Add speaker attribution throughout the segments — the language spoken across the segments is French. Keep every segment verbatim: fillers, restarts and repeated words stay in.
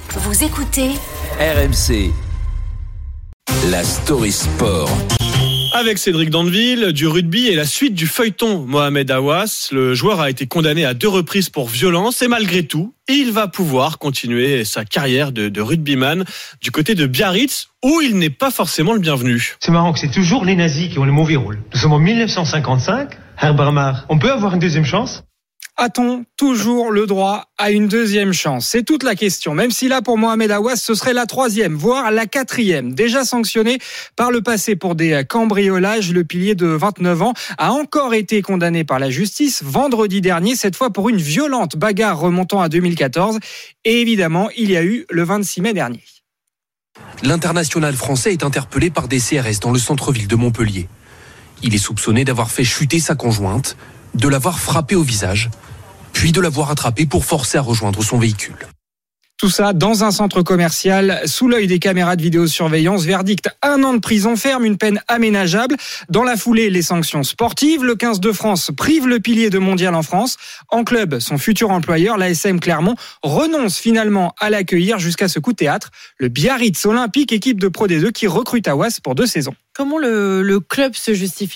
Speaker 1: Vous écoutez
Speaker 2: R M C, la Story Sport.
Speaker 3: Avec Cédric Dandeville, du rugby et la suite du feuilleton Mohamed Aouas. Le joueur a été condamné à deux reprises pour violence et malgré tout, il va pouvoir continuer sa carrière de, de rugbyman du côté de Biarritz où il n'est pas forcément le bienvenu.
Speaker 4: C'est marrant que c'est toujours les nazis qui ont le mauvais rôle. Nous sommes en dix-neuf cent cinquante-cinq. Herr Bramar, on peut avoir une deuxième chance ?
Speaker 5: A-t-on toujours le droit à une deuxième chance ? C'est toute la question. Même si là, pour Mohamed Aouas, ce serait la troisième, voire la quatrième. Déjà sanctionné par le passé pour des cambriolages, le pilier de vingt-neuf ans a encore été condamné par la justice vendredi dernier, cette fois pour une violente bagarre remontant à deux mille quatorze. Et évidemment, il y a eu le vingt-six mai dernier.
Speaker 6: L'international français est interpellé par des C R S dans le centre-ville de Montpellier. Il est soupçonné d'avoir fait chuter sa conjointe, de l'avoir frappé au visage, puis de l'avoir attrapé pour forcer à rejoindre son véhicule.
Speaker 5: Tout ça dans un centre commercial, sous l'œil des caméras de vidéosurveillance. Verdict, un an de prison ferme, une peine aménageable. Dans la foulée, les sanctions sportives. Le quinze de France prive le pilier de mondial en France. En club, son futur employeur, l'A S M Clermont, renonce finalement à l'accueillir jusqu'à ce coup de théâtre. Le Biarritz Olympique, équipe de Pro D deux qui recrute Aouas pour deux saisons.
Speaker 7: Comment le, le club se justifie-t-il ?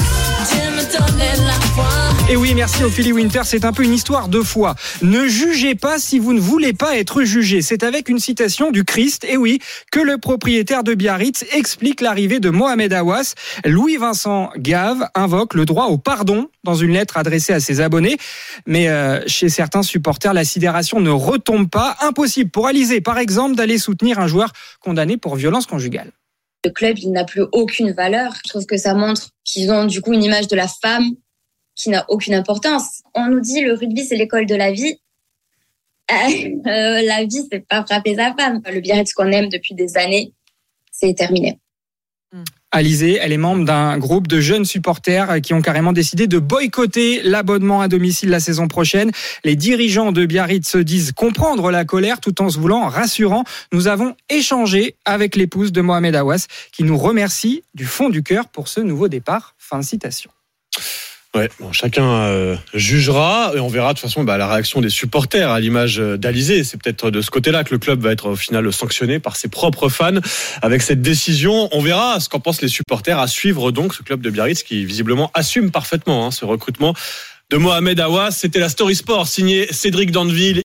Speaker 5: Et oui, merci Ophélie Winter, c'est un peu une histoire de foi. Ne jugez pas si vous ne voulez pas être jugé. C'est avec une citation du Christ, et oui, que le propriétaire de Biarritz explique l'arrivée de Mohamed Aouas. Louis-Vincent Gave invoque le droit au pardon dans une lettre adressée à ses abonnés. Mais euh, chez certains supporters, la sidération ne retombe pas. Impossible pour Alizé, par exemple, d'aller soutenir un joueur condamné pour violence conjugale.
Speaker 8: Le club, il n'a plus aucune valeur. Je trouve que ça montre qu'ils ont du coup une image de la femme qui n'a aucune importance. On nous dit le rugby, c'est l'école de la vie. Euh, la vie, c'est pas frapper sa femme. Le Biarritz qu'on aime depuis des années, c'est terminé.
Speaker 5: Alizé, elle est membre d'un groupe de jeunes supporters qui ont carrément décidé de boycotter l'abonnement à domicile la saison prochaine. Les dirigeants de Biarritz se disent comprendre la colère tout en se voulant rassurants. Nous avons échangé avec l'épouse de Mohamed Aouas qui nous remercie du fond du cœur pour ce nouveau départ. Fin de citation.
Speaker 3: Ouais, bon, chacun euh, jugera et on verra de toute façon bah, la réaction des supporters à l'image d'Alizé. C'est peut-être de ce côté-là que le club va être au final sanctionné par ses propres fans avec cette décision. On verra ce qu'en pensent les supporters à suivre donc ce club de Biarritz qui visiblement assume parfaitement hein, ce recrutement de Mohamed Aouas. C'était la Story Sport signée Cédric Dandeville.